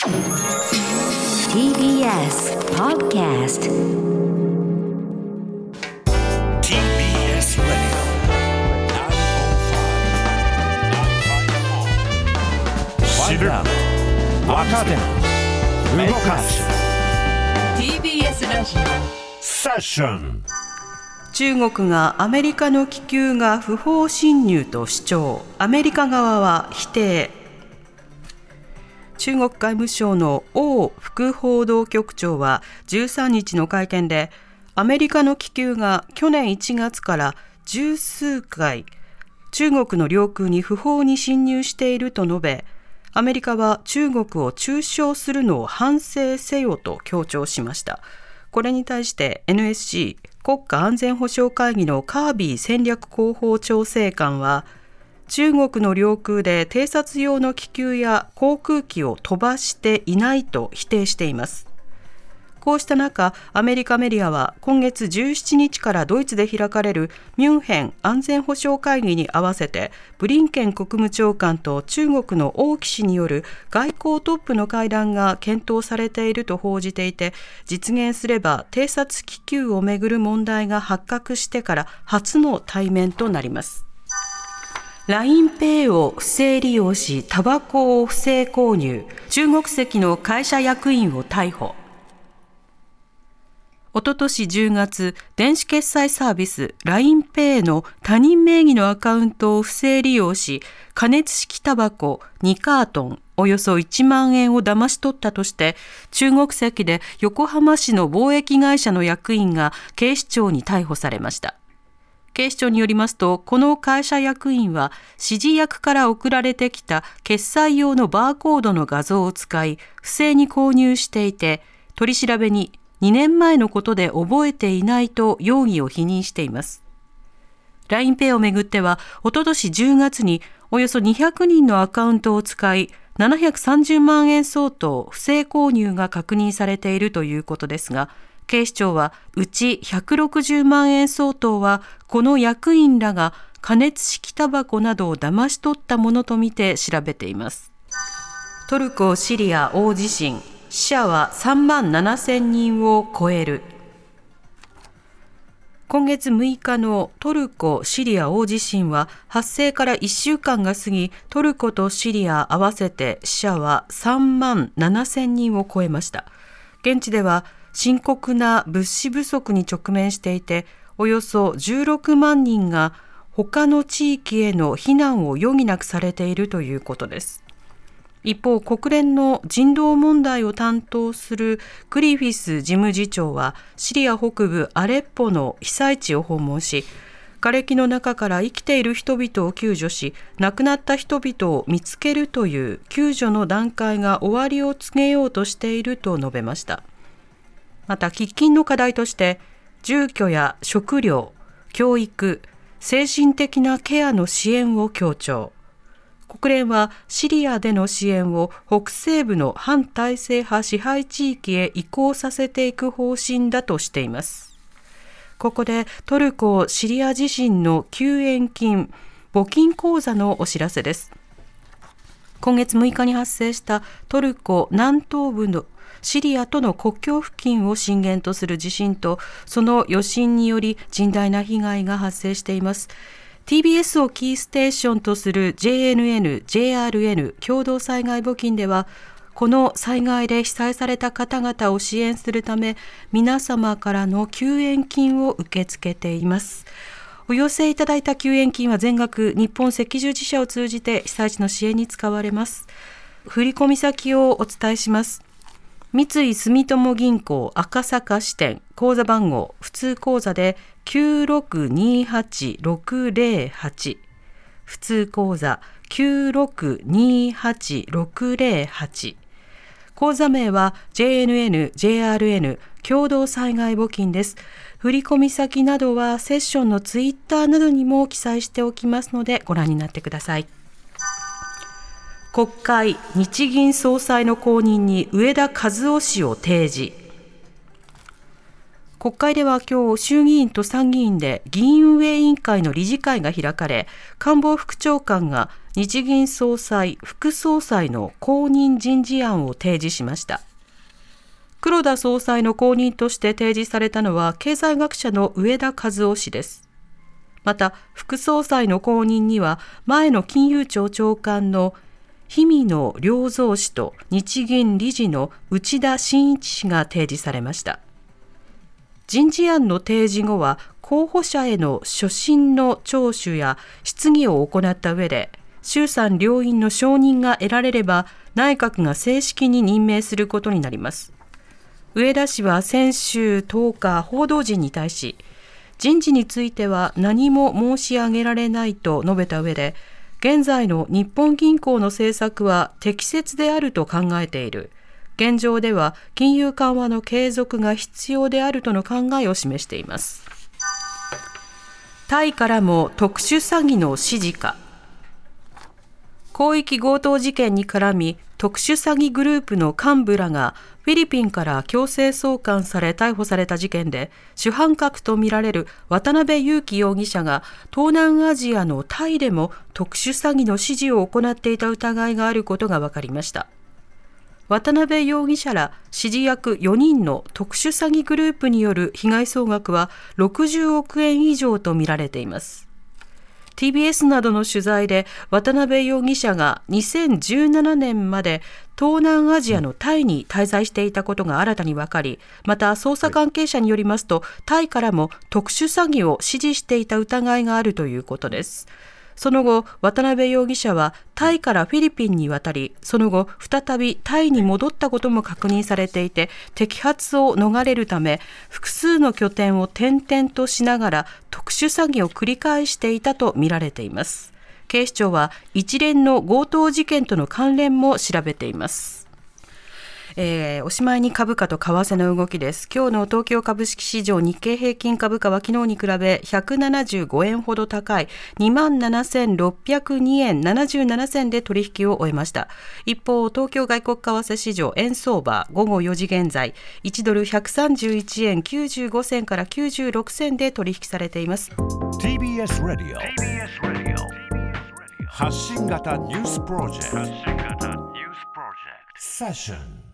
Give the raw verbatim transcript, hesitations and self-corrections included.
ティービーエス Podcast ティービーエス Radio 知る若手動かすティービーエス ラジオセッション。 中国がアメリカの気球が不法侵入と主張、アメリカ側は否定。中国外務省の王副報道局長はじゅうさんにちの会見で、アメリカの気球が去年いちがつから十数回中国の領空に不法に侵入していると述べ、アメリカは中国を中傷するのを反省せよと強調しました。これに対して エヌエスシー 国家安全保障会議のカービー戦略広報調整官は、中国の領空で偵察用の気球や航空機を飛ばしていないと否定しています。こうした中、アメリカメディアは今月じゅうしちにちからドイツで開かれるミュンヘン安全保障会議に合わせて、ブリンケン国務長官と中国の王毅氏による外交トップの会談が検討されていると報じていて、実現すれば偵察気球をめぐる問題が発覚してから初の対面となります。ラインペイ を不正利用し、タバコを不正購入、中国籍の会社役員を逮捕。おととしじゅうがつ、電子決済サービス ラインペイ の他人名義のアカウントを不正利用し、加熱式タバコにカートン、およそいちまんえんを騙し取ったとして、中国籍で横浜市の貿易会社の役員が警視庁に逮捕されました。警視庁によりますと、この会社役員は指示役から送られてきた決済用のバーコードの画像を使い、不正に購入していて、取り調べににねんまえのことで覚えていないと容疑を否認しています。ラインペイ をめぐっては、おととしじゅうがつにおよそにひゃくにんのアカウントを使い、ななひゃくさんじゅうまんえん相当不正購入が確認されているということですが、警視庁はうちひゃくろくじゅうまんえん相当はこの役員らが加熱式タバコなどを騙し取ったものとみて調べています。トルコ・シリア大地震、死者はさんまんななせんにんを超える。今月むいかのトルコ・シリア大地震は発生からいっしゅうかんが過ぎ、トルコとシリア合わせて死者はさんまんななせんにんを超えました。現地では深刻な物資不足に直面していて、およそじゅうろくまんにんが他の地域への避難を余儀なくされているということです。一方、国連の人道問題を担当するグリフィス事務次長は、シリア北部アレッポの被災地を訪問し、瓦礫の中から生きている人々を救助し、亡くなった人々を見つけるという救助の段階が終わりを告げようとしていると述べました。また、喫緊の課題として、住居や食料、教育、精神的なケアの支援を強調。国連はシリアでの支援を北西部の反体制派支配地域へ移行させていく方針だとしています。ここでトルコ・シリア地震の救援金、募金口座のお知らせです。今月むいかに発生したトルコ南東部のシリアとの国境付近を震源とする地震と、その余震により甚大な被害が発生しています。ティービーエス をキーステーションとする ジェーエヌエヌ、ジェイアールエヌ 共同災害募金では、この災害で被災された方々を支援するため、皆様からの救援金を受け付けています。お寄せいただいた救援金は全額日本赤十字社を通じて被災地の支援に使われます。振込先をお伝えします。三井住友銀行赤坂支店、口座番号普通口座できゅうろくにはちろくぜろはち、普通口座きゅうろくにはちろくぜろはち、口座名は ジェーエヌエヌ、ジェイアールエヌ 共同災害募金です。振込先などはセッションのツイッターなどにも記載しておきますのでご覧になってください。国会、日銀総裁の後任に植田和男氏を提示。 国会では今日衆議院と参議院で議員運営委員会の理事会が開かれ、官房副長官が日銀総裁、副総裁の後任人事案を提示しました。黒田総裁の後任として提示されたのは経済学者の植田和男氏です。また副総裁の後任には前の金融庁長官の氷見野良三氏と日銀理事の内田眞一氏が提示されました。人事案の提示後は候補者への所信の聴取や質疑を行った上で、衆参両院の承認が得られれば内閣が正式に任命することになります。植田氏は先週とおか報道陣に対し、人事については何も申し上げられないと述べた上で、現在の日本銀行の政策は適切であると考えている。現状では金融緩和の継続が必要であるとの考えを示しています。タイからも特殊詐欺の指示か。広域強盗事件に絡み、特殊詐欺グループの幹部らがフィリピンから強制送還され逮捕された事件で、主犯格とみられる渡辺優樹容疑者が東南アジアのタイでも特殊詐欺の指示を行っていた疑いがあることが分かりました。渡辺容疑者ら指示役よにんの特殊詐欺グループによる被害総額はろくじゅうおくえん以上とみられています。ティービーエス などの取材で渡辺容疑者がにせんじゅうななねんまで東南アジアのタイに滞在していたことが新たに分かり、また捜査関係者によりますと、タイからも特殊詐欺を指示していた疑いがあるということです。その後、渡辺容疑者はタイからフィリピンに渡り、その後再びタイに戻ったことも確認されていて、摘発を逃れるため複数の拠点を転々としながら特殊詐欺を繰り返していたとみられています。警視庁は一連の強盗事件との関連も調べています。えー、おしまいに株価と為替の動きです。今日の東京株式市場、日経平均株価は昨日に比べひゃくななじゅうごえんほど高い にまんななせんろっぴゃくにえんななじゅうななせんで取引を終えました。一方、東京外国為替市場、円相場午後よじ現在いちドルひゃくさんじゅういちえんきゅうじゅうごせんからきゅうじゅうろくせんで取引されています。 ティービーエス ラジオ 発信型ニュースプロジェクトセッション